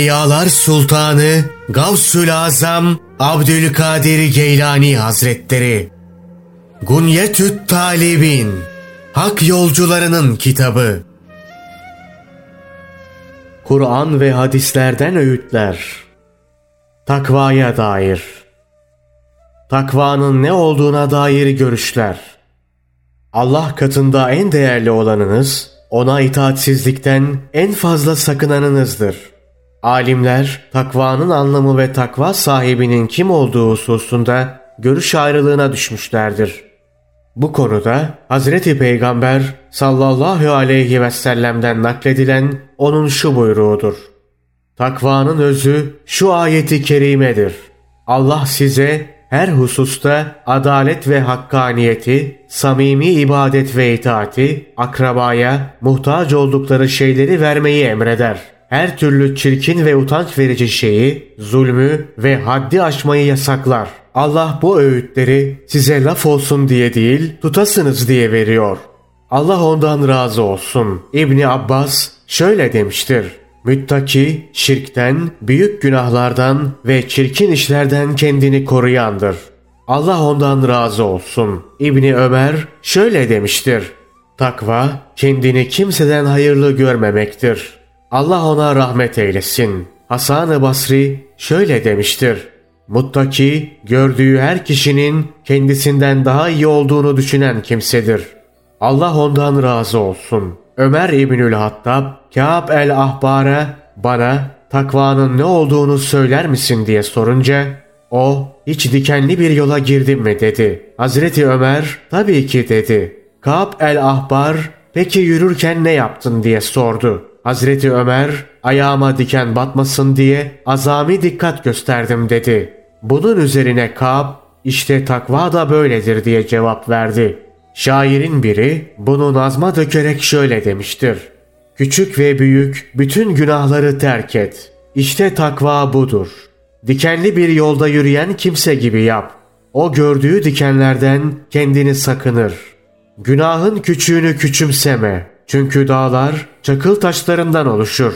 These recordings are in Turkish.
Evliyalar Sultanı Gavsül Azam Abdülkadir Geylani Hazretleri. Gunyetü't Talibin, Hak Yolcularının Kitabı. Kur'an ve hadislerden öğütler. Takvaya dair. Takvanın ne olduğuna dair görüşler. Allah katında en değerli olanınız, ona itaatsizlikten en fazla sakınanınızdır. Alimler, takvanın anlamı ve takva sahibinin kim olduğu hususunda görüş ayrılığına düşmüşlerdir. Bu konuda Hazreti Peygamber sallallahu aleyhi ve sellem'den nakledilen onun şu buyruğudur: Takvanın özü şu ayeti kerimedir: Allah size her hususta adalet ve hakkaniyeti, samimi ibadet ve itaati, akrabaya muhtaç oldukları şeyleri vermeyi emreder. Her türlü çirkin ve utanç verici şeyi, zulmü ve haddi aşmayı yasaklar. Allah bu öğütleri size laf olsun diye değil, tutasınız diye veriyor. Allah ondan razı olsun. İbni Abbas şöyle demiştir: Müttaki, şirkten, büyük günahlardan ve çirkin işlerden kendini koruyandır. Allah ondan razı olsun. İbni Ömer şöyle demiştir: Takva, kendini kimseden hayırlı görmemektir. Allah ona rahmet eylesin. Hasan-ı Basri şöyle demiştir: Muttaki, gördüğü her kişinin kendisinden daha iyi olduğunu düşünen kimsedir. Allah ondan razı olsun. Ömer İbnül Hattab, Kâb el-Ahbar'a bana takvanın ne olduğunu söyler misin diye sorunca, o hiç dikenli bir yola girdin mi dedi. Hazreti Ömer tabii ki dedi. Kâb el-Ahbar peki yürürken ne yaptın diye sordu. Hazreti Ömer ayağıma diken batmasın diye azami dikkat gösterdim dedi. Bunun üzerine Kâb işte takva da böyledir diye cevap verdi. Şairin biri bunu nazma dökerek şöyle demiştir: Küçük ve büyük bütün günahları terk et. İşte takva budur. Dikenli bir yolda yürüyen kimse gibi yap. O gördüğü dikenlerden kendini sakınır. Günahın küçüğünü küçümseme. Çünkü dağlar çakıl taşlarından oluşur.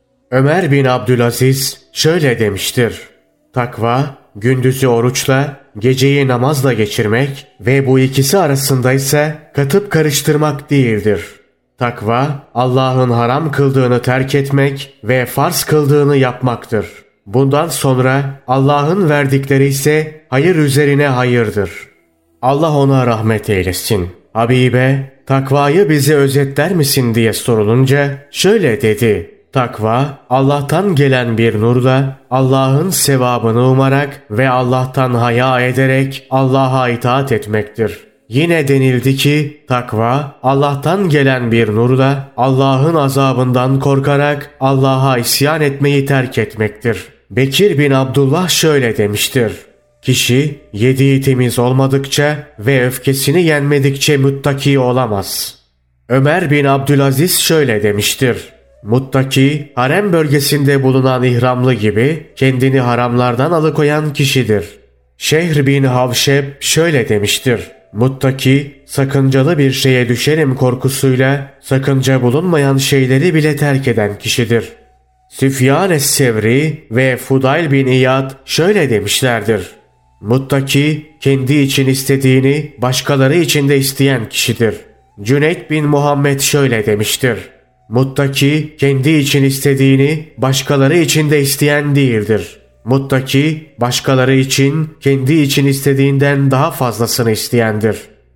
Ömer bin Abdülaziz şöyle demiştir: Takva, gündüzü oruçla, geceyi namazla geçirmek ve bu ikisi arasında ise katıp karıştırmak değildir. Takva, Allah'ın haram kıldığını terk etmek ve farz kıldığını yapmaktır. Bundan sonra Allah'ın verdikleri ise hayır üzerine hayırdır. Allah ona rahmet eylesin. Habibe, takvayı bize özetler misin diye sorulunca şöyle dedi: Takva, Allah'tan gelen bir nurla, Allah'ın sevabını umarak ve Allah'tan haya ederek Allah'a itaat etmektir. Yine denildi ki, takva, Allah'tan gelen bir nurla, Allah'ın azabından korkarak Allah'a isyan etmeyi terk etmektir. Bekir bin Abdullah şöyle demiştir: Kişi yediği temiz olmadıkça ve öfkesini yenmedikçe muttaki olamaz. Ömer bin Abdülaziz şöyle demiştir: Muttaki, harem bölgesinde bulunan ihramlı gibi kendini haramlardan alıkoyan kişidir. Şehr bin Havşeb şöyle demiştir: Muttaki, sakıncalı bir şeye düşerim korkusuyla sakınca bulunmayan şeyleri bile terk eden kişidir. Süfyan es-Sevri ve Fudayl bin İyad şöyle demişlerdir: Muttaki, kendi için istediğini başkaları için de isteyen kişidir. Cüneyt bin Muhammed şöyle demiştir: Muttaki, kendi için istediğini başkaları için de isteyen değildir. Muttaki, başkaları için kendi için istediğinden daha fazlasını isteyendir.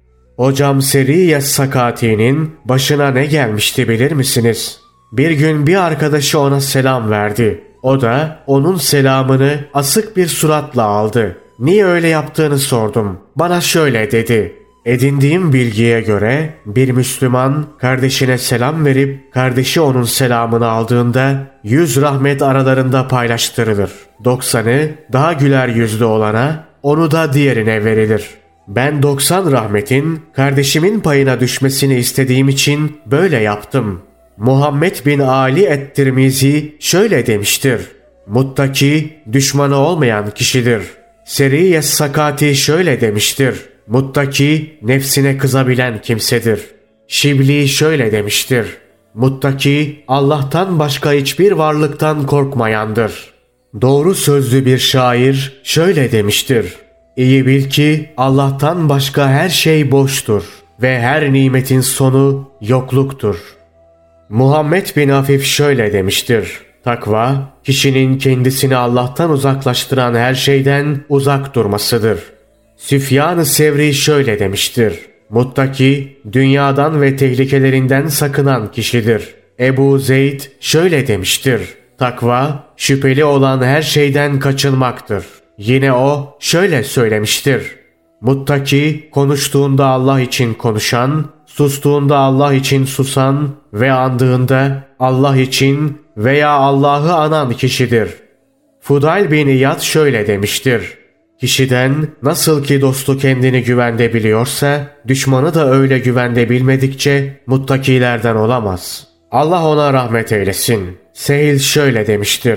Hocam Seriye Sakati'nin başına ne gelmişti bilir misiniz? Bir gün bir arkadaşı ona selam verdi. O da onun selamını asık bir suratla aldı. Niye öyle yaptığını sordum. Bana şöyle dedi: Edindiğim bilgiye göre bir Müslüman kardeşine selam verip kardeşi onun selamını aldığında 100 rahmet aralarında paylaştırılır. 90'ı daha güler yüzlü olana, onu da diğerine verilir. Ben 90 rahmetin kardeşimin payına düşmesini istediğim için böyle yaptım. Muhammed bin Ali et-Tirmizi şöyle demiştir: Muttaki, düşmanı olmayan kişidir. Seriye Sakati şöyle demiştir: Muttaki, nefsine kızabilen kimsedir. Şibli şöyle demiştir: Muttaki Allah'tan başka hiçbir varlıktan korkmayandır. Doğru sözlü bir şair şöyle demiştir: İyi bil ki Allah'tan başka her şey boştur ve her nimetin sonu yokluktur. Muhammed bin Hafif şöyle demiştir: Takva, kişinin kendisini Allah'tan uzaklaştıran her şeyden uzak durmasıdır. Süfyan-ı Sevri şöyle demiştir: Muttaki, dünyadan ve tehlikelerinden sakınan kişidir. Ebu Zeyd şöyle demiştir: Takva, şüpheli olan her şeyden kaçınmaktır. Yine o şöyle söylemiştir: Muttaki, konuştuğunda Allah için konuşan, sustuğunda Allah için susan ve andığında Allah için veya Allah'ı anan kişidir. Fudayl bin İyad şöyle demiştir: Kişiden nasıl ki dostu kendini güvende biliyorsa, düşmanı da öyle güvende bilmedikçe muttakilerden olamaz. Allah ona rahmet eylesin. Sehil şöyle demiştir: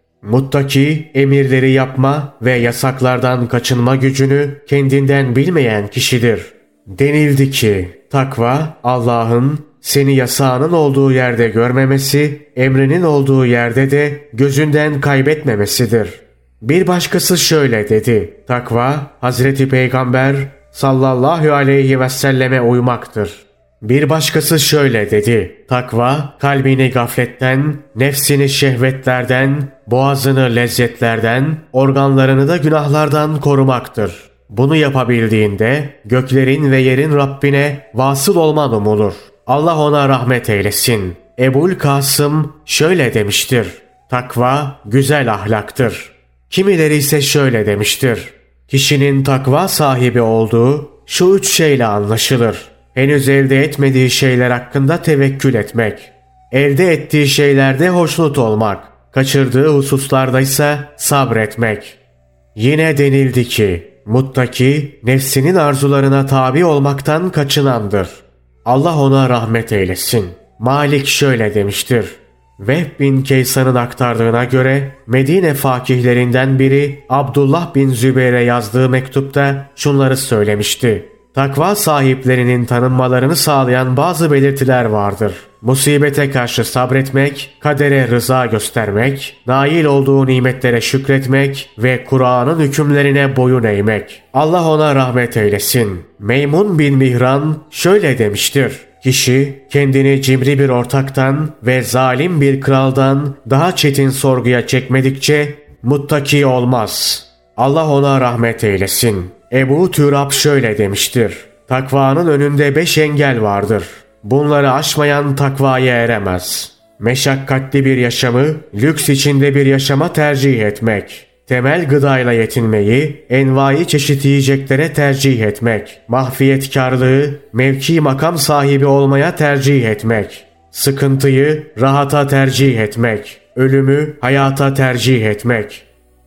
Muttaki, emirleri yapma ve yasaklardan kaçınma gücünü kendinden bilmeyen kişidir. Denildi ki, takva, Allah'ın seni yasağının olduğu yerde görmemesi, emrinin olduğu yerde de gözünden kaybetmemesidir. Bir başkası şöyle dedi: Takva, Hazreti Peygamber sallallahu aleyhi ve selleme uymaktır. Bir başkası şöyle dedi: Takva, kalbini gafletten, nefsini şehvetlerden, boğazını lezzetlerden, organlarını da günahlardan korumaktır. Bunu yapabildiğinde göklerin ve yerin Rabbine vasıl olman umulur. Allah ona rahmet eylesin. Ebul Kasım şöyle demiştir: Takva güzel ahlaktır. Kimileri ise şöyle demiştir: Kişinin takva sahibi olduğu şu üç şeyle anlaşılır: Henüz elde etmediği şeyler hakkında tevekkül etmek, elde ettiği şeylerde hoşnut olmak, kaçırdığı hususlarda ise sabretmek. Yine denildi ki, muttaki nefsinin arzularına tabi olmaktan kaçınandır. Allah ona rahmet eylesin. Malik şöyle demiştir: Vehb bin Keysan'ın aktardığına göre Medine fakihlerinden biri Abdullah bin Zübeyir'e yazdığı mektupta şunları söylemişti: Takva sahiplerinin tanınmalarını sağlayan bazı belirtiler vardır. Musibete karşı sabretmek, kadere rıza göstermek, nail olduğu nimetlere şükretmek ve Kur'an'ın hükümlerine boyun eğmek. Allah ona rahmet eylesin. Meymun bin Mihran şöyle demiştir: Kişi kendini cimri bir ortaktan ve zalim bir kraldan daha çetin sorguya çekmedikçe muttaki olmaz. Allah ona rahmet eylesin. Ebu Türab şöyle demiştir: Takvanın önünde 5 engel vardır. Bunları aşmayan takvaya eremez. Meşakkatli bir yaşamı, lüks içinde bir yaşama tercih etmek. Temel gıdayla yetinmeyi, envai çeşit yiyeceklere tercih etmek. Mahfiyetkarlığı, mevki makam sahibi olmaya tercih etmek. Sıkıntıyı, rahata tercih etmek. Ölümü, hayata tercih etmek.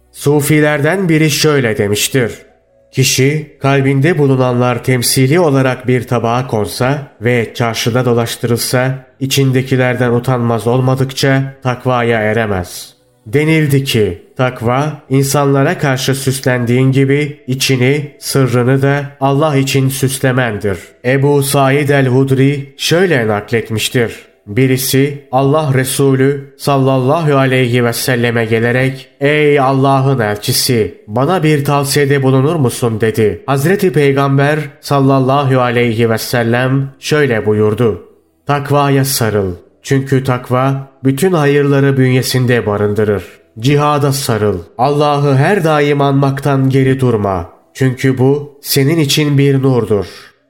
Sufilerden biri şöyle demiştir: Kişi, kalbinde bulunanlar temsili olarak bir tabağa konsa ve çarşıda dolaştırılsa, içindekilerden utanmaz olmadıkça takvaya eremez. Denildi ki, takva, insanlara karşı süslendiğin gibi içini, sırrını da Allah için süslemendir. Ebu Said el-Hudri şöyle nakletmiştir: Birisi Allah Resulü sallallahu aleyhi ve selleme gelerek "Ey Allah'ın elçisi, bana bir tavsiyede bulunur musun?" dedi. Hazreti Peygamber sallallahu aleyhi ve sellem şöyle buyurdu: Takvaya sarıl. Çünkü takva bütün hayırları bünyesinde barındırır. Cihada sarıl. Allah'ı her daim anmaktan geri durma. Çünkü bu senin için bir nurdur.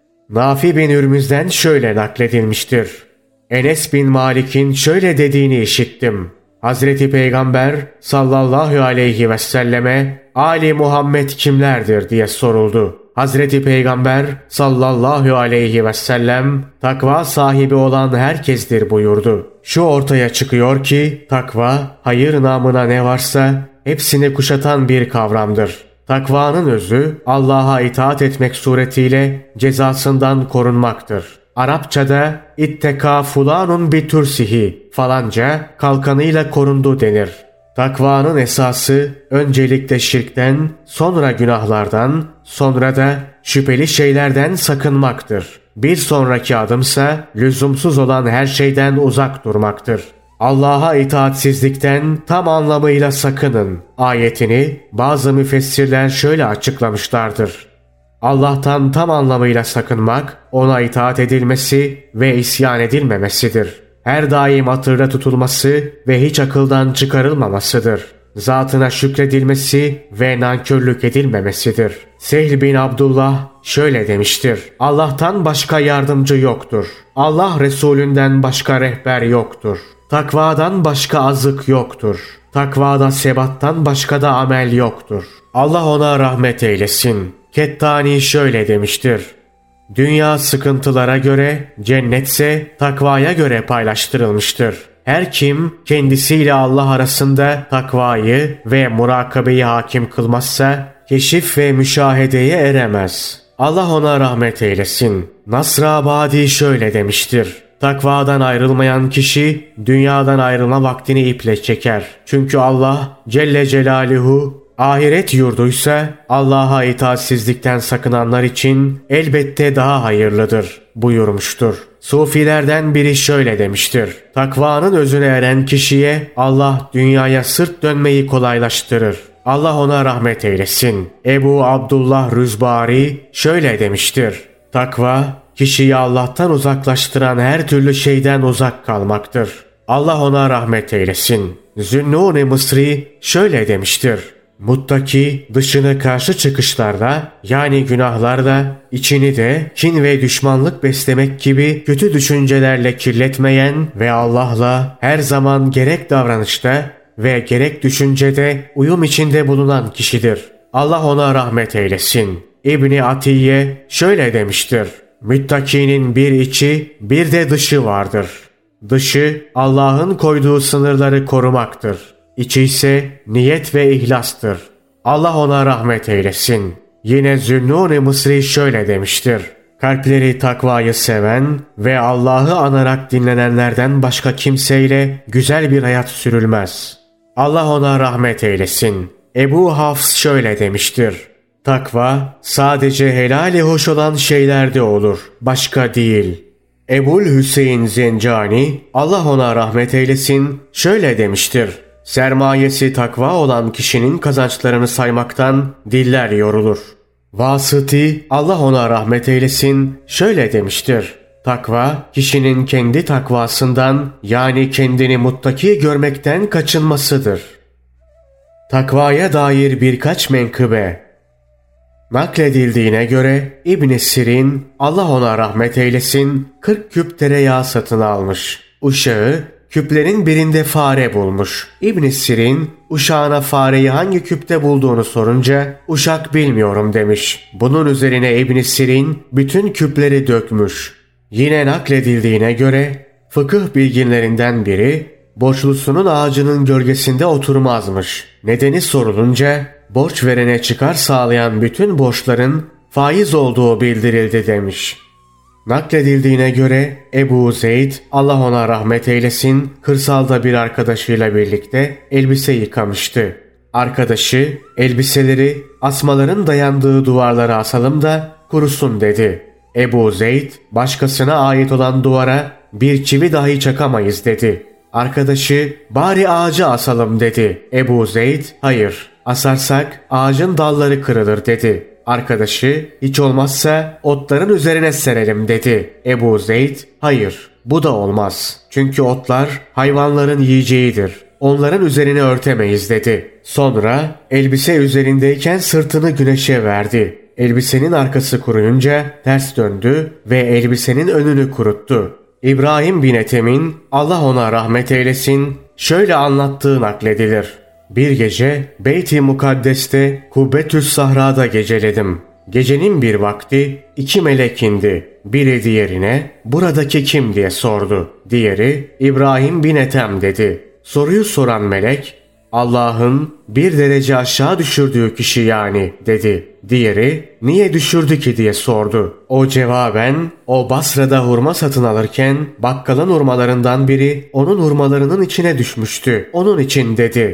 Nafi bin Hürmüz'den şöyle nakledilmiştir: Enes bin Malik'in şöyle dediğini işittim. Hazreti Peygamber sallallahu aleyhi ve selleme "Ali Muhammed kimlerdir?" diye soruldu. Hazreti Peygamber sallallahu aleyhi ve sellem takva sahibi olan herkestir buyurdu. Şu ortaya çıkıyor ki takva, hayır namına ne varsa hepsini kuşatan bir kavramdır. Takvanın özü Allah'a itaat etmek suretiyle cezasından korunmaktır. Arapçada itteka fulanun bitursihi, falanca kalkanıyla korundu denir. Takvanın esası öncelikle şirkten, sonra günahlardan, sonra da şüpheli şeylerden sakınmaktır. Bir sonraki adımsa lüzumsuz olan her şeyden uzak durmaktır. Allah'a itaatsizlikten tam anlamıyla sakının ayetini bazı müfessirler şöyle açıklamışlardır. Allah'tan tam anlamıyla sakınmak, ona itaat edilmesi ve isyan edilmemesidir. Her daim hatırda tutulması ve hiç akıldan çıkarılmamasıdır. Zatına şükredilmesi ve nankörlük edilmemesidir. Sehl bin Abdullah şöyle demiştir. Allah'tan başka yardımcı yoktur. Allah Resulünden başka rehber yoktur. Takvadan başka azık yoktur. Takvada sebattan başka da amel yoktur. Allah ona rahmet eylesin. Kettani şöyle demiştir. Dünya sıkıntılara göre, cennetse takvaya göre paylaştırılmıştır. Her kim kendisiyle Allah arasında takvayı ve murakabeyi hakim kılmazsa, keşif ve müşahedeye eremez. Allah ona rahmet eylesin. Nasr-ı şöyle demiştir. Takvadan ayrılmayan kişi, dünyadan ayrılma vaktini iple çeker. Çünkü Allah Celle Celaluhu, ahiret yurduysa Allah'a itaatsizlikten sakınanlar için elbette daha hayırlıdır buyurmuştur. Sufilerden biri şöyle demiştir. Takvanın özüne eren kişiye Allah dünyaya sırt dönmeyi kolaylaştırır. Allah ona rahmet eylesin. Ebu Abdullah Rüzbari şöyle demiştir. Takva, kişiyi Allah'tan uzaklaştıran her türlü şeyden uzak kalmaktır. Allah ona rahmet eylesin. Zünnûn-i Mısri şöyle demiştir. Muttaki dışını karşı çıkışlarda yani günahlarda içini de kin ve düşmanlık beslemek gibi kötü düşüncelerle kirletmeyen ve Allah'la her zaman gerek davranışta ve gerek düşüncede uyum içinde bulunan kişidir. Allah ona rahmet eylesin. İbni Atiye şöyle demiştir. Müttakinin bir içi bir de dışı vardır. Dışı Allah'ın koyduğu sınırları korumaktır. İçi ise niyet ve ihlastır. Allah ona rahmet eylesin. Yine Zünnûn-i Mısri şöyle demiştir. Kalpleri takvayı seven ve Allah'ı anarak dinlenenlerden başka kimseyle güzel bir hayat sürülmez. Allah ona rahmet eylesin. Ebu Hafs şöyle demiştir. Takva sadece helali hoş olan şeylerde olur, başka değil. Ebul Hüseyin Zencani, Allah ona rahmet eylesin, şöyle demiştir. Sermayesi takva olan kişinin kazançlarını saymaktan diller yorulur. Vasıti, Allah ona rahmet eylesin, şöyle demiştir. Takva, kişinin kendi takvasından yani kendini muttaki görmekten kaçınmasıdır. Takvaya dair birkaç menkıbe. Nakledildiğine göre İbn-i Sirin, Allah ona rahmet eylesin, 40 küp tereyağı satın almış. Uşağı, küplerin birinde fare bulmuş. İbn-i Sirin, uşağına fareyi hangi küpte bulduğunu sorunca, uşak bilmiyorum demiş. Bunun üzerine İbn-i Sirin, bütün küpleri dökmüş. Yine nakledildiğine göre, fıkıh bilginlerinden biri, borçlusunun ağacının gölgesinde oturmazmış. Nedeni sorulunca, borç verene çıkar sağlayan bütün borçların faiz olduğu bildirildi demiş. Nakledildiğine göre Ebu Zeyd, Allah ona rahmet eylesin, kırsalda bir arkadaşıyla birlikte elbise yıkamıştı. Arkadaşı, elbiseleri asmaların dayandığı duvarlara asalım da kurusun dedi. Ebu Zeyd, başkasına ait olan duvara bir çivi dahi çakamayız dedi. Arkadaşı, bari ağaca asalım dedi. Ebu Zeyd, hayır, asarsak ağacın dalları kırılır dedi. Arkadaşı, hiç olmazsa otların üzerine serelim dedi. Ebu Zeyd, hayır, bu da olmaz. Çünkü otlar hayvanların yiyeceğidir. Onların üzerine örtemeyiz dedi. Sonra elbise üzerindeyken sırtını güneşe verdi. Elbisenin arkası kuruyunca ters döndü ve elbisenin önünü kuruttu. İbrahim bin Ethem'in, Allah ona rahmet eylesin, şöyle anlattığı nakledilir. Bir gece Beyt-i Mukaddes'te Kubbetü's Sahra'da geceledim. Gecenin bir vakti 2 melek indi. Biri diğerine buradaki kim diye sordu. Diğeri İbrahim bin Ethem dedi. Soruyu soran melek Allah'ın bir derece aşağı düşürdüğü kişi yani dedi. Diğeri niye düşürdü ki diye sordu. O cevaben o Basra'da hurma satın alırken bakkalın hurmalarından biri onun hurmalarının içine düşmüştü. Onun için dedi.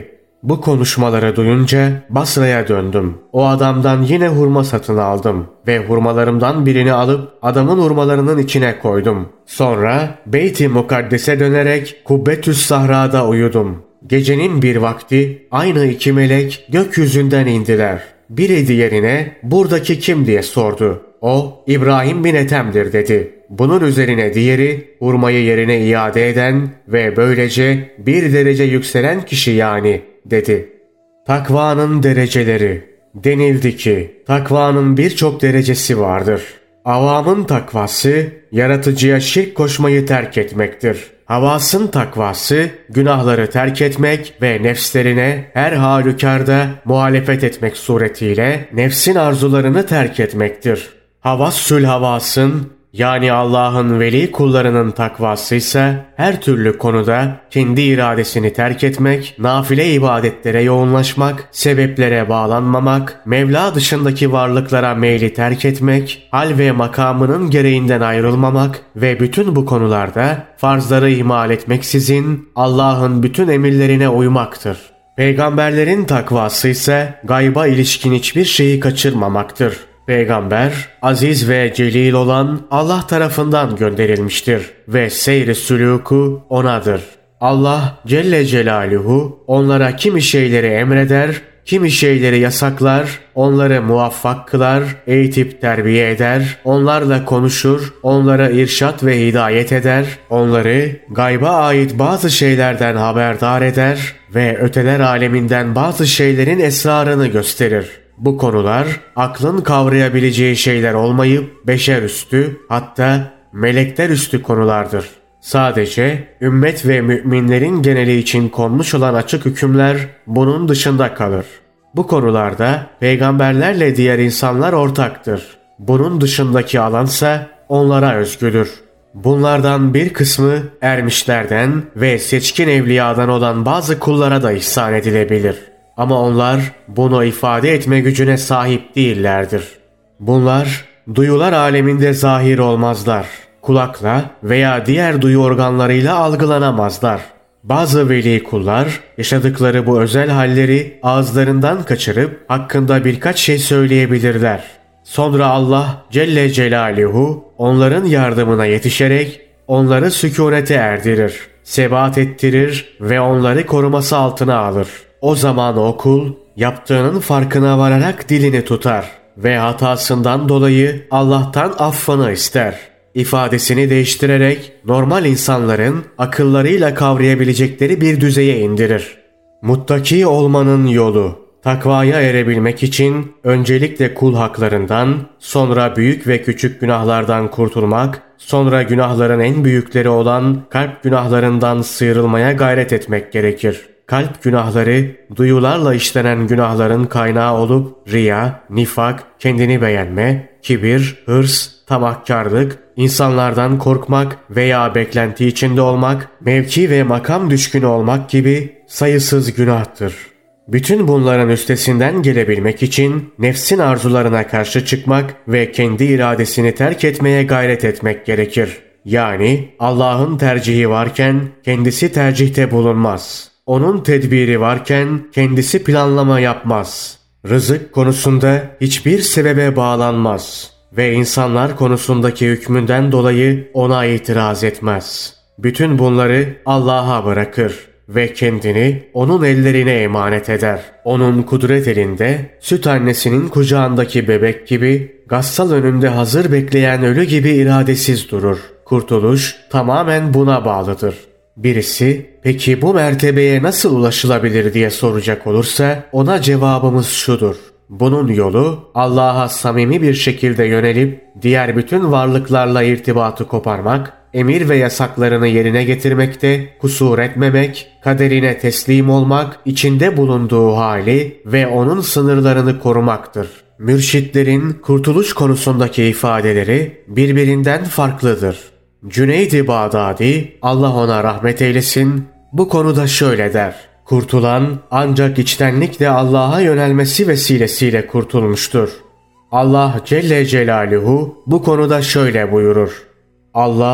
Bu konuşmaları duyunca Basra'ya döndüm. O adamdan yine hurma satın aldım ve hurmalarımdan birini alıp adamın hurmalarının içine koydum. Sonra Beyt-i Mukaddes'e dönerek Kubbetü's Sahra'da uyudum. Gecenin bir vakti aynı iki melek gökyüzünden indiler. Biri diğerine buradaki kim diye sordu. O İbrahim bin Ethem'dir dedi. Bunun üzerine diğeri hurmayı yerine iade eden ve böylece bir derece yükselen kişi yani dedi. Takvanın dereceleri. Denildi ki takvanın birçok derecesi vardır. Avamın takvası yaratıcıya şirk koşmayı terk etmektir. Havasın takvası günahları terk etmek ve nefslerine her halükarda muhalefet etmek suretiyle nefsin arzularını terk etmektir. Havassül havasın yani Allah'ın veli kullarının takvası ise her türlü konuda kendi iradesini terk etmek, nafile ibadetlere yoğunlaşmak, sebeplere bağlanmamak, Mevla dışındaki varlıklara meyli terk etmek, hal ve makamının gereğinden ayrılmamak ve bütün bu konularda farzları ihmal etmeksizin Allah'ın bütün emirlerine uymaktır. Peygamberlerin takvası ise gayba ilişkin hiçbir şeyi kaçırmamaktır. Peygamber, aziz ve celil olan Allah tarafından gönderilmiştir ve seyr-i sülûku O'nadır. Allah Celle Celaluhu onlara kimi şeyleri emreder, kimi şeyleri yasaklar, onları muvaffak kılar, eğitip terbiye eder, onlarla konuşur, onlara irşat ve hidayet eder, onları gayba ait bazı şeylerden haberdar eder ve öteler aleminden bazı şeylerin esrarını gösterir. Bu konular aklın kavrayabileceği şeyler olmayıp beşer üstü hatta melekler üstü konulardır. Sadece ümmet ve müminlerin geneli için konmuş olan açık hükümler bunun dışında kalır. Bu konularda peygamberlerle diğer insanlar ortaktır. Bunun dışındaki alansa onlara özgüdür. Bunlardan bir kısmı ermişlerden ve seçkin evliyadan olan bazı kullara da ihsan edilebilir. Ama onlar bunu ifade etme gücüne sahip değillerdir. Bunlar duyular aleminde zahir olmazlar. Kulakla veya diğer duyu organlarıyla algılanamazlar. Bazı veli kullar yaşadıkları bu özel halleri ağızlarından kaçırıp hakkında birkaç şey söyleyebilirler. Sonra Allah Celle Celaluhu onların yardımına yetişerek onları sükûnete erdirir, sebat ettirir ve onları koruması altına alır. O zaman o kul yaptığının farkına vararak dilini tutar ve hatasından dolayı Allah'tan affını ister. İfadesini değiştirerek normal insanların akıllarıyla kavrayabilecekleri bir düzeye indirir. Muttaki olmanın yolu. Takvaya erebilmek için öncelikle kul haklarından, sonra büyük ve küçük günahlardan kurtulmak, sonra günahların en büyükleri olan kalp günahlarından sıyrılmaya gayret etmek gerekir. Kalp günahları, duyularla işlenen günahların kaynağı olup riya, nifak, kendini beğenme, kibir, hırs, tamahkarlık, insanlardan korkmak veya beklenti içinde olmak, mevki ve makam düşkünü olmak gibi sayısız günahtır. Bütün bunların üstesinden gelebilmek için nefsin arzularına karşı çıkmak ve kendi iradesini terk etmeye gayret etmek gerekir. Yani Allah'ın tercihi varken kendisi tercihte bulunmaz. Onun tedbiri varken kendisi planlama yapmaz. Rızık konusunda hiçbir sebebe bağlanmaz ve insanlar konusundaki hükmünden dolayı ona itiraz etmez. Bütün bunları Allah'a bırakır ve kendini onun ellerine emanet eder. Onun kudret elinde süt annesinin kucağındaki bebek gibi, gassal önünde hazır bekleyen ölü gibi iradesiz durur. Kurtuluş tamamen buna bağlıdır. Birisi peki bu mertebeye nasıl ulaşılabilir diye soracak olursa ona cevabımız şudur. Bunun yolu Allah'a samimi bir şekilde yönelip diğer bütün varlıklarla irtibatı koparmak, emir ve yasaklarını yerine getirmekte kusur etmemek, kaderine teslim olmak, içinde bulunduğu hali ve onun sınırlarını korumaktır. Mürşitlerin kurtuluş konusundaki ifadeleri birbirinden farklıdır. Cüneyd-i Bağdadi, Allah ona rahmet eylesin, bu konuda şöyle der. Kurtulan ancak içtenlikle Allah'a yönelmesi vesilesiyle kurtulmuştur. Allah Celle Celaluhu bu konuda şöyle buyurur. Allah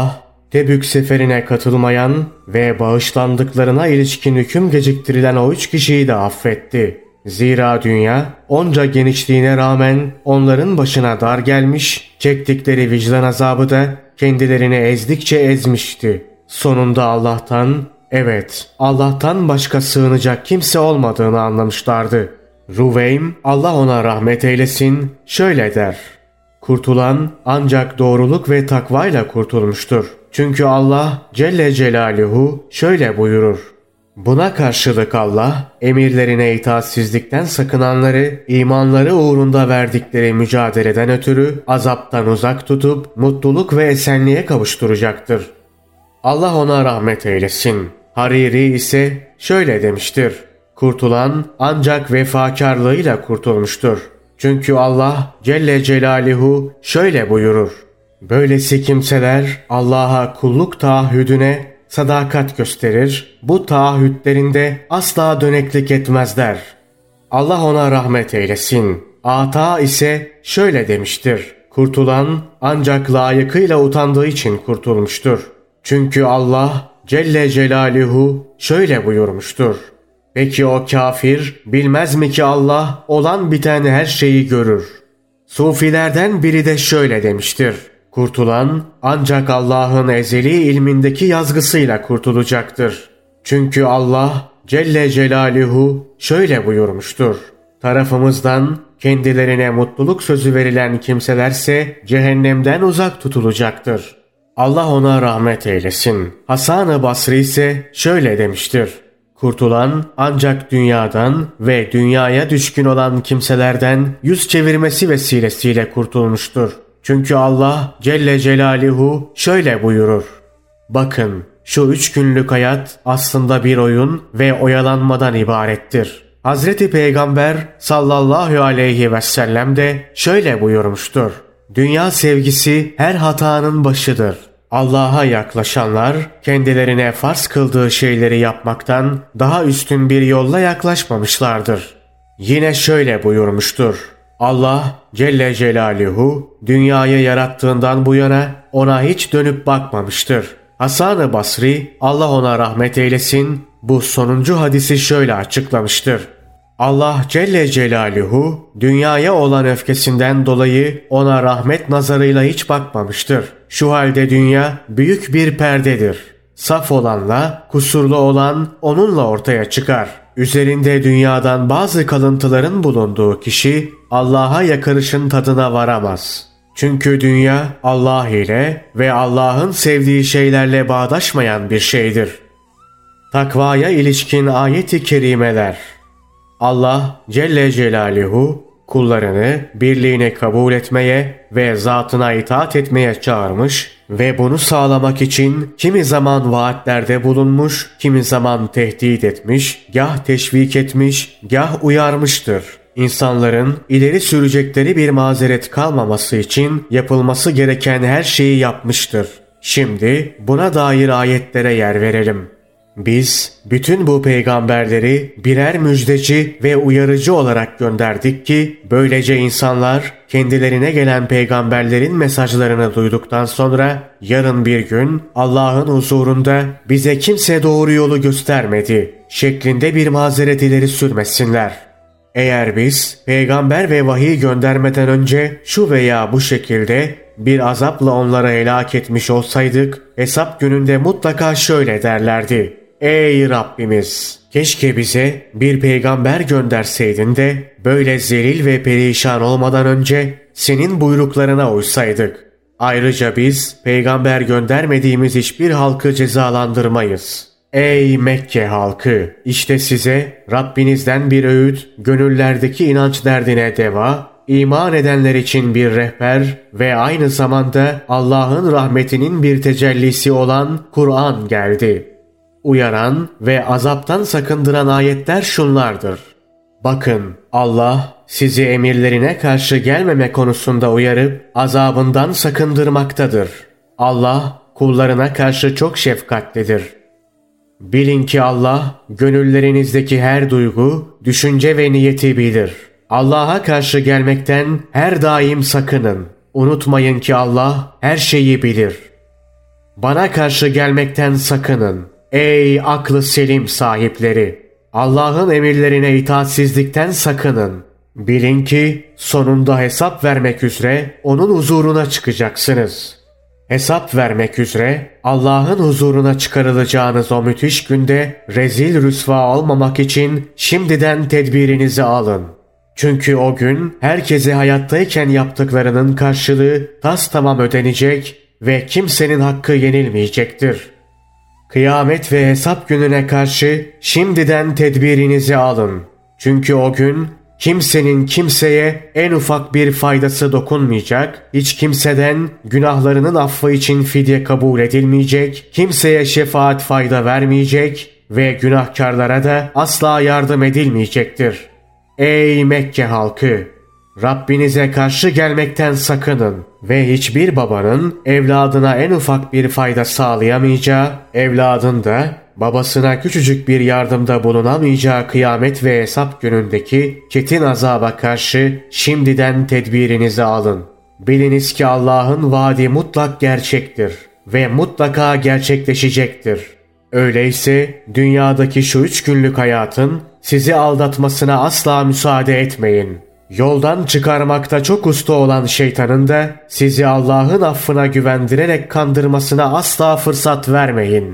Tebük seferine katılmayan ve bağışlandıklarına ilişkin hüküm geciktirilen o 3 kişiyi de affetti. Zira dünya onca genişliğine rağmen onların başına dar gelmiş, çektikleri vicdan azabı da kendilerini ezdikçe ezmişti. Sonunda Allah'tan, evet Allah'tan başka sığınacak kimse olmadığını anlamışlardı. Ruveym, Allah ona rahmet eylesin, şöyle der: Kurtulan ancak doğruluk ve takvayla kurtulmuştur. Çünkü Allah Celle Celaluhu şöyle buyurur: Buna karşılık Allah, emirlerine itaatsizlikten sakınanları, imanları uğrunda verdikleri mücadeleden ötürü azaptan uzak tutup mutluluk ve esenliğe kavuşturacaktır. Allah ona rahmet eylesin. Hariri ise şöyle demiştir: Kurtulan ancak vefakarlığıyla kurtulmuştur. Çünkü Allah Celle Celaluhu şöyle buyurur: Böylesi kimseler Allah'a kulluk taahhüdüne sadakat gösterir, bu taahhütlerinde asla döneklik etmezler. Allah ona rahmet eylesin. Ata ise şöyle demiştir: Kurtulan ancak layıkıyla utandığı için kurtulmuştur. Çünkü Allah Celle Celaluhu şöyle buyurmuştur: Peki o kafir bilmez mi ki Allah olan biten her şeyi görür? Sufilerden biri de şöyle demiştir: Kurtulan ancak Allah'ın ezeli ilmindeki yazgısıyla kurtulacaktır. Çünkü Allah Celle Celaluhu şöyle buyurmuştur: Tarafımızdan kendilerine mutluluk sözü verilen kimselerse cehennemden uzak tutulacaktır. Allah ona rahmet eylesin. Hasan-ı Basri ise şöyle demiştir: Kurtulan ancak dünyadan ve dünyaya düşkün olan kimselerden yüz çevirmesi vesilesiyle kurtulmuştur. Çünkü Allah Celle Celaluhu şöyle buyurur: Bakın, şu 3 günlük hayat aslında bir oyun ve oyalanmadan ibarettir. Hazreti Peygamber sallallahu aleyhi ve sellem de şöyle buyurmuştur: Dünya sevgisi her hatanın başıdır. Allah'a yaklaşanlar kendilerine farz kıldığı şeyleri yapmaktan daha üstün bir yolla yaklaşmamışlardır. Yine şöyle buyurmuştur: Allah Celle Celaluhu dünyayı yarattığından bu yana ona hiç dönüp bakmamıştır. Hasan-ı Basri, Allah ona rahmet eylesin, bu sonuncu hadisi şöyle açıklamıştır: Allah Celle Celaluhu dünyaya olan öfkesinden dolayı ona rahmet nazarıyla hiç bakmamıştır. Şu halde dünya büyük bir perdedir. Saf olanla kusurlu olan onunla ortaya çıkar. Üzerinde dünyadan bazı kalıntıların bulunduğu kişi Allah'a yakarışın tadına varamaz. Çünkü dünya Allah ile ve Allah'ın sevdiği şeylerle bağdaşmayan bir şeydir. Takvaya ilişkin ayet-i kerimeler. Allah Celle Celaluhu kullarını birliğini kabul etmeye ve zatına itaat etmeye çağırmış ve bunu sağlamak için kimi zaman vaatlerde bulunmuş, kimi zaman tehdit etmiş, gah teşvik etmiş, gah uyarmıştır. İnsanların ileri sürecekleri bir mazeret kalmaması için yapılması gereken her şeyi yapmıştır. Şimdi buna dair ayetlere yer verelim. Biz bütün bu peygamberleri birer müjdeci ve uyarıcı olarak gönderdik ki böylece insanlar kendilerine gelen peygamberlerin mesajlarını duyduktan sonra yarın bir gün Allah'ın huzurunda bize kimse doğru yolu göstermedi şeklinde bir mazeret ileri sürmesinler. Eğer biz peygamber ve vahiy göndermeden önce şu veya bu şekilde bir azapla onları helak etmiş olsaydık hesap gününde mutlaka şöyle derlerdi: Ey Rabbimiz! Keşke bize bir peygamber gönderseydin de böyle zelil ve perişan olmadan önce senin buyruklarına uysaydık. Ayrıca biz peygamber göndermediğimiz hiçbir halkı cezalandırmayız. Ey Mekke halkı! İşte size Rabbinizden bir öğüt, gönüllerdeki inanç derdine deva, iman edenler için bir rehber ve aynı zamanda Allah'ın rahmetinin bir tecellisi olan Kur'an geldi. Uyaran ve azaptan sakındıran ayetler şunlardır: Bakın, Allah sizi emirlerine karşı gelmeme konusunda uyarıp azabından sakındırmaktadır. Allah kullarına karşı çok şefkatlidir. Bilin ki Allah gönüllerinizdeki her duygu, düşünce ve niyeti bilir. Allah'a karşı gelmekten her daim sakının. Unutmayın ki Allah her şeyi bilir. Bana karşı gelmekten sakının. Ey aklı selim sahipleri! Allah'ın emirlerine itaatsizlikten sakının. Bilin ki sonunda hesap vermek üzere onun huzuruna çıkacaksınız. Hesap vermek üzere Allah'ın huzuruna çıkarılacağınız o müthiş günde rezil rüsva olmamak için şimdiden tedbirinizi alın. Çünkü o gün herkese hayattayken yaptıklarının karşılığı tamam ödenecek ve kimsenin hakkı yenilmeyecektir. Kıyamet ve hesap gününe karşı şimdiden tedbirinizi alın. Çünkü o gün kimsenin kimseye en ufak bir faydası dokunmayacak, hiç kimseden günahlarının affı için fidye kabul edilmeyecek, kimseye şefaat fayda vermeyecek ve günahkarlara da asla yardım edilmeyecektir. Ey Mekke halkı! Rabbinize karşı gelmekten sakının ve hiçbir babanın evladına en ufak bir fayda sağlayamayacağı, evladın da babasına küçücük bir yardımda bulunamayacağı kıyamet ve hesap günündeki çetin azaba karşı şimdiden tedbirinizi alın. Biliniz ki Allah'ın vaadi mutlak gerçektir ve mutlaka gerçekleşecektir. Öyleyse dünyadaki şu 3 günlük hayatın sizi aldatmasına asla müsaade etmeyin. Yoldan çıkarmakta çok usta olan şeytanın da sizi Allah'ın affına güvendirerek kandırmasına asla fırsat vermeyin.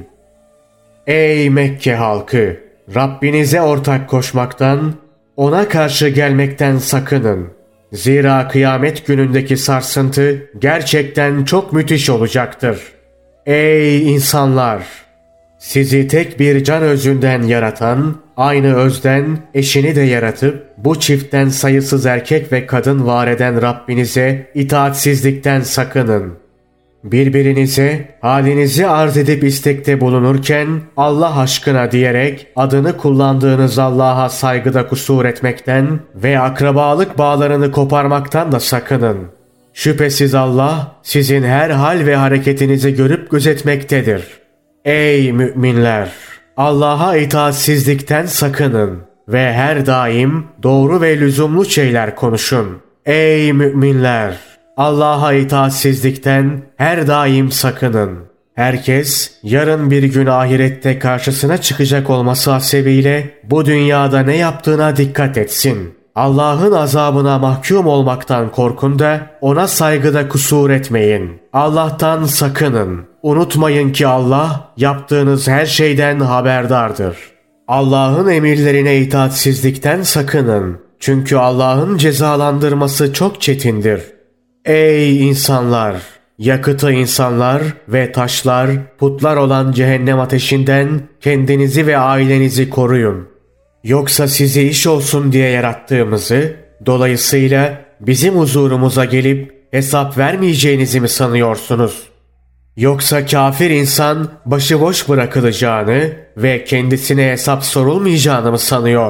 Ey Mekke halkı! Rabbinize ortak koşmaktan, ona karşı gelmekten sakının. Zira kıyamet günündeki sarsıntı gerçekten çok müthiş olacaktır. Ey insanlar! Sizi tek bir can özünden yaratan, aynı özden eşini de yaratıp bu çiftten sayısız erkek ve kadın var eden Rabbinize itaatsizlikten sakının. Birbirinize halinizi arz edip istekte bulunurken Allah aşkına diyerek adını kullandığınız Allah'a saygıda kusur etmekten ve akrabalık bağlarını koparmaktan da sakının. Şüphesiz Allah sizin her hal ve hareketinizi görüp gözetmektedir. Ey müminler! Allah'a itaatsizlikten sakının ve her daim doğru ve lüzumlu şeyler konuşun. Ey müminler! Allah'a itaatsizlikten her daim sakının. Herkes yarın bir gün ahirette karşısına çıkacak olması hasebiyle bu dünyada ne yaptığına dikkat etsin. Allah'ın azabına mahkum olmaktan korkun da ona saygıda kusur etmeyin. Allah'tan sakının. Unutmayın ki Allah yaptığınız her şeyden haberdardır. Allah'ın emirlerine itaatsizlikten sakının. Çünkü Allah'ın cezalandırması çok çetindir. Ey insanlar! Yakıtı insanlar ve taşlar, putlar olan cehennem ateşinden kendinizi ve ailenizi koruyun. Yoksa sizi iş olsun diye yarattığımızı, dolayısıyla bizim huzurumuza gelip hesap vermeyeceğinizi mi sanıyorsunuz? Yoksa kafir insan başıboş bırakılacağını ve kendisine hesap sorulmayacağını mı sanıyor?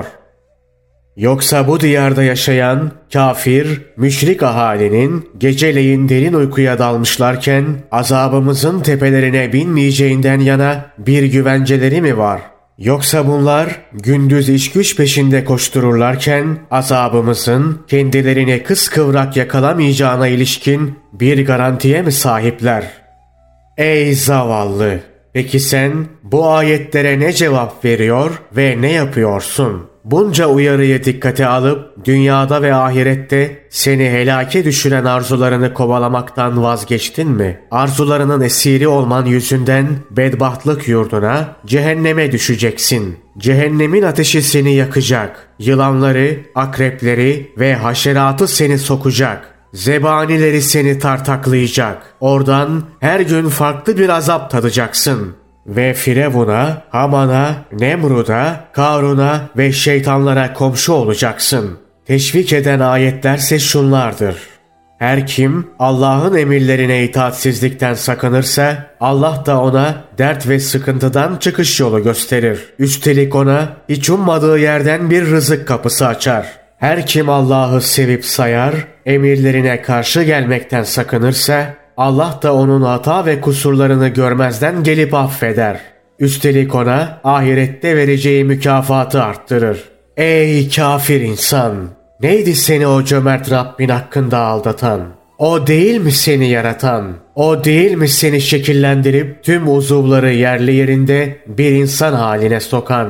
Yoksa bu diyarda yaşayan kafir, müşrik ahalinin geceleyin derin uykuya dalmışlarken azabımızın tepelerine binmeyeceğinden yana bir güvenceleri mi var? Yoksa bunlar gündüz iş güç peşinde koştururlarken azabımızın kendilerini kıskıvrak yakalamayacağına ilişkin bir garantiye mi sahipler? Ey zavallı! Peki sen bu ayetlere ne cevap veriyor ve ne yapıyorsun? Bunca uyarıyı dikkate alıp dünyada ve ahirette seni helake düşüren arzularını kovalamaktan vazgeçtin mi? Arzularının esiri olman yüzünden bedbahtlık yurduna, cehenneme düşeceksin. Cehennemin ateşi seni yakacak. Yılanları, akrepleri ve haşeratı seni sokacak. Zebanileri seni tartaklayacak. Oradan her gün farklı bir azap tadacaksın. Ve Firavun'a, Haman'a, Nemrud'a, Karun'a ve şeytanlara komşu olacaksın. Teşvik eden ayetlerse şunlardır. Her kim Allah'ın emirlerine itaatsizlikten sakınırsa Allah da ona dert ve sıkıntıdan çıkış yolu gösterir. Üstelik ona hiç ummadığı yerden bir rızık kapısı açar. Her kim Allah'ı sevip sayar, emirlerine karşı gelmekten sakınırsa Allah da onun hata ve kusurlarını görmezden gelip affeder. Üstelik ona ahirette vereceği mükafatı arttırır. Ey kafir insan! Neydi seni o cömert Rabbin hakkında aldatan? O değil mi seni yaratan? O değil mi seni şekillendirip tüm uzuvları yerli yerinde bir insan haline sokan?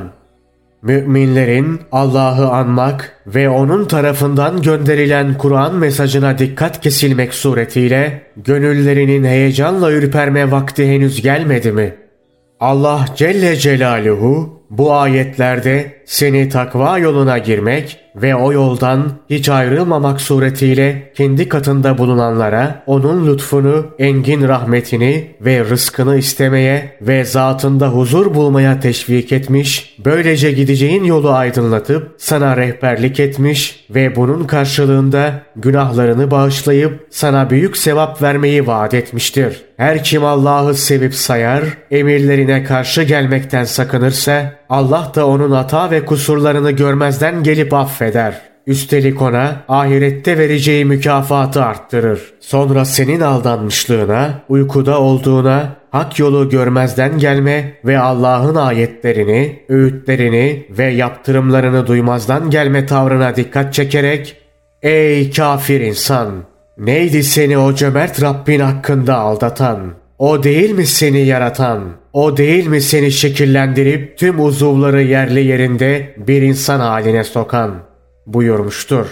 Müminlerin Allah'ı anmak ve onun tarafından gönderilen Kur'an mesajına dikkat kesilmek suretiyle gönüllerinin heyecanla ürperme vakti henüz gelmedi mi? Allah Celle Celaluhu bu ayetlerde seni takva yoluna girmek ve o yoldan hiç ayrılmamak suretiyle kendi katında bulunanlara onun lütfunu, engin rahmetini ve rızkını istemeye ve zatında huzur bulmaya teşvik etmiş, böylece gideceğin yolu aydınlatıp sana rehberlik etmiş ve bunun karşılığında günahlarını bağışlayıp sana büyük sevap vermeyi vaat etmiştir. Her kim Allah'ı sevip sayar, emirlerine karşı gelmekten sakınırsa, Allah da onun hata ve kusurlarını görmezden gelip affeder. Üstelik ona ahirette vereceği mükafatı arttırır. Sonra senin aldanmışlığına, uykuda olduğuna, hak yolu görmezden gelme ve Allah'ın ayetlerini, öğütlerini ve yaptırımlarını duymazdan gelme tavrına dikkat çekerek, "Ey kafir insan! Neydi seni o cömert Rabbin hakkında aldatan? O değil mi seni yaratan? O değil mi seni şekillendirip tüm uzuvları yerli yerinde bir insan haline sokan?" buyurmuştur.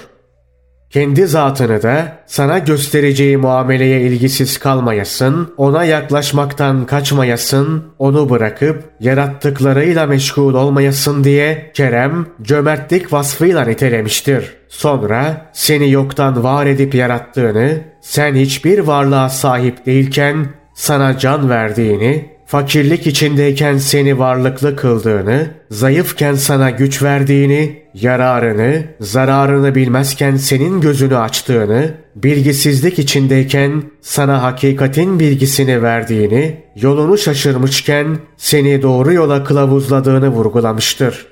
Kendi zatını da sana göstereceği muameleye ilgisiz kalmayasın, ona yaklaşmaktan kaçmayasın, onu bırakıp yarattıklarıyla meşgul olmayasın diye kerem, cömertlik vasfıyla nitelemiştir. Sonra seni yoktan var edip yarattığını, sen hiçbir varlığa sahip değilken sana can verdiğini, fakirlik içindeyken seni varlıklı kıldığını, zayıfken sana güç verdiğini, yararını, zararını bilmezken senin gözünü açtığını, bilgisizlik içindeyken sana hakikatin bilgisini verdiğini, yolunu şaşırmışken seni doğru yola kılavuzladığını vurgulamıştır.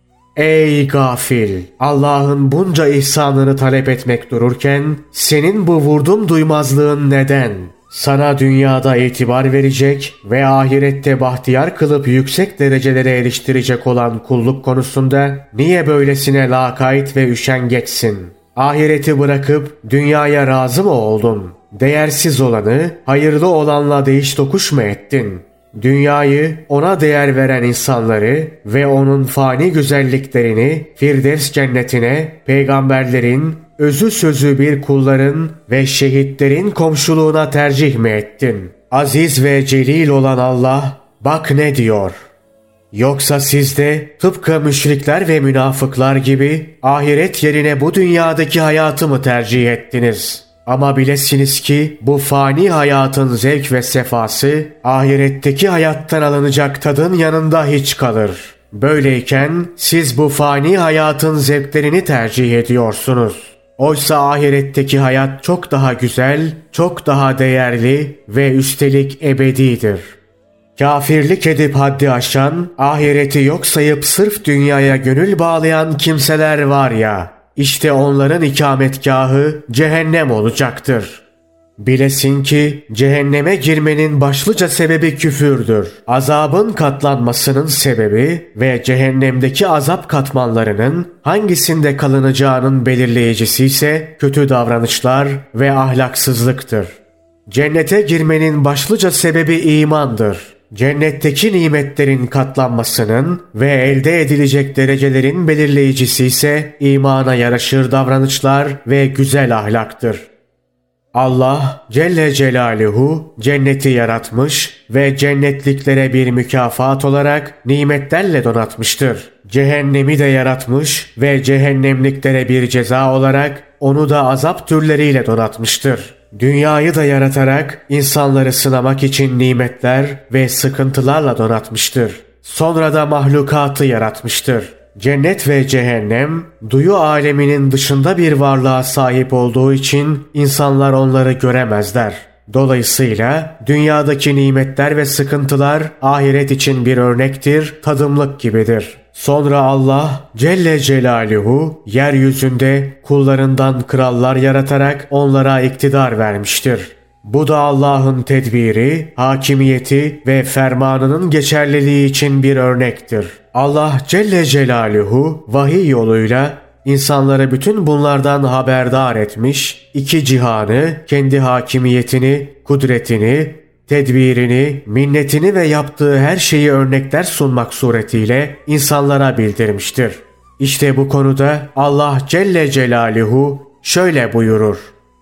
Ey gafil! Allah'ın bunca ihsanını talep etmek dururken senin bu vurdum duymazlığın neden? Sana dünyada itibar verecek ve ahirette bahtiyar kılıp yüksek derecelere eriştirecek olan kulluk konusunda niye böylesine lakayt ve üşengeçsin? Ahireti bırakıp dünyaya razı mı oldun? Değersiz olanı hayırlı olanla değiş tokuş mu ettin? Dünyayı, ona değer veren insanları ve onun fani güzelliklerini Firdevs cennetine, peygamberlerin, özü sözü bir kulların ve şehitlerin komşuluğuna tercih mi ettin? Aziz ve celil olan Allah bak ne diyor. Yoksa siz de tıpkı müşrikler ve münafıklar gibi ahiret yerine bu dünyadaki hayatı mı tercih ettiniz? Ama bilesiniz ki bu fani hayatın zevk ve sefası ahiretteki hayattan alınacak tadın yanında hiç kalır. Böyleyken siz bu fani hayatın zevklerini tercih ediyorsunuz. Oysa ahiretteki hayat çok daha güzel, çok daha değerli ve üstelik ebedidir. Kafirlik edip haddi aşan, ahireti yok sayıp sırf dünyaya gönül bağlayan kimseler var ya, İşte onların ikametgahı cehennem olacaktır. Bilesin ki cehenneme girmenin başlıca sebebi küfürdür. Azabın katlanmasının sebebi ve cehennemdeki azap katmanlarının hangisinde kalınacağının belirleyicisi ise kötü davranışlar ve ahlaksızlıktır. Cennete girmenin başlıca sebebi imandır. Cennetteki nimetlerin katlanmasının ve elde edilecek derecelerin belirleyicisi ise imana yaraşır davranışlar ve güzel ahlaktır. Allah Celle Celaluhu cenneti yaratmış ve cennetliklere bir mükafat olarak nimetlerle donatmıştır. Cehennemi de yaratmış ve cehennemliklere bir ceza olarak onu da azap türleriyle donatmıştır. Dünyayı da yaratarak insanları sınamak için nimetler ve sıkıntılarla donatmıştır. Sonra da mahlukatı yaratmıştır. Cennet ve cehennem, duyu aleminin dışında bir varlığa sahip olduğu için insanlar onları göremezler. Dolayısıyla dünyadaki nimetler ve sıkıntılar ahiret için bir örnektir, tadımlık gibidir. Sonra Allah Celle Celaluhu yeryüzünde kullarından krallar yaratarak onlara iktidar vermiştir. Bu da Allah'ın tedbiri, hakimiyeti ve fermanının geçerliliği için bir örnektir. Allah Celle Celaluhu vahiy yoluyla İnsanları bütün bunlardan haberdar etmiş, iki cihanı, kendi hakimiyetini, kudretini, tedbirini, minnetini ve yaptığı her şeyi örnekler sunmak suretiyle insanlara bildirmiştir. İşte bu konuda Allah Celle Celaluhu şöyle buyurur: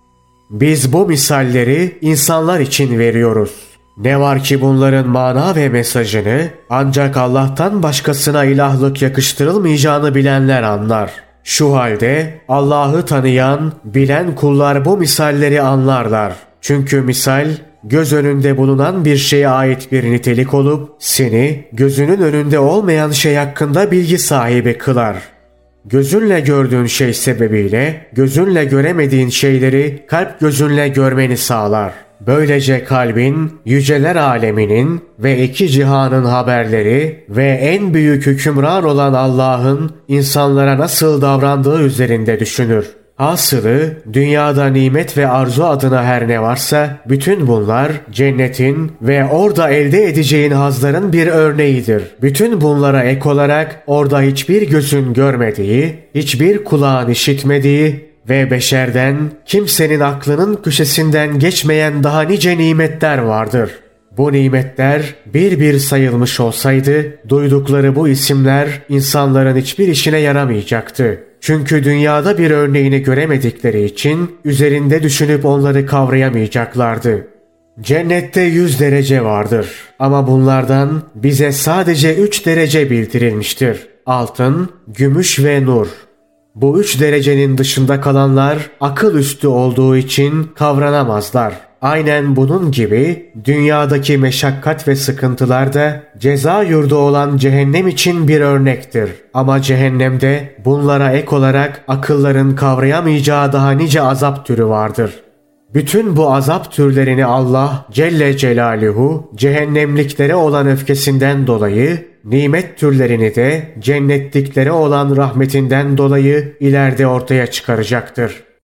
Biz bu misalleri insanlar için veriyoruz. Ne var ki bunların mana ve mesajını ancak Allah'tan başkasına ilahlık yakıştırılmayacağını bilenler anlar. Şu halde Allah'ı tanıyan, bilen kullar bu misalleri anlarlar. Çünkü misal, göz önünde bulunan bir şeye ait bir nitelik olup, seni gözünün önünde olmayan şey hakkında bilgi sahibi kılar. Gözünle gördüğün şey sebebiyle, gözünle göremediğin şeyleri kalp gözünle görmeni sağlar. Böylece kalbin, yüceler aleminin ve iki cihanın haberleri ve en büyük hükümran olan Allah'ın insanlara nasıl davrandığı üzerinde düşünür. Hasılı, dünyada nimet ve arzu adına her ne varsa, bütün bunlar cennetin ve orada elde edeceğin hazların bir örneğidir. Bütün bunlara ek olarak orada hiçbir gözün görmediği, hiçbir kulağın işitmediği ve beşerden kimsenin aklının köşesinden geçmeyen daha nice nimetler vardır. Bu nimetler bir bir sayılmış olsaydı, duydukları bu isimler insanların hiçbir işine yaramayacaktı. Çünkü dünyada bir örneğini göremedikleri için üzerinde düşünüp onları kavrayamayacaklardı. Cennette 100 derece vardır ama bunlardan bize sadece 3 derece bildirilmiştir: altın, gümüş ve nur. Bu 3 derecenin dışında kalanlar akıl üstü olduğu için kavranamazlar. Aynen bunun gibi dünyadaki meşakkat ve sıkıntılar da ceza yurdu olan cehennem için bir örnektir. Ama cehennemde bunlara ek olarak akılların kavrayamayacağı daha nice azap türü vardır. Bütün bu azap türlerini Allah Celle Celaluhu cehennemliklere olan öfkesinden dolayı, nimet türlerini de cennetliklere olan rahmetinden dolayı ileride ortaya çıkaracaktır.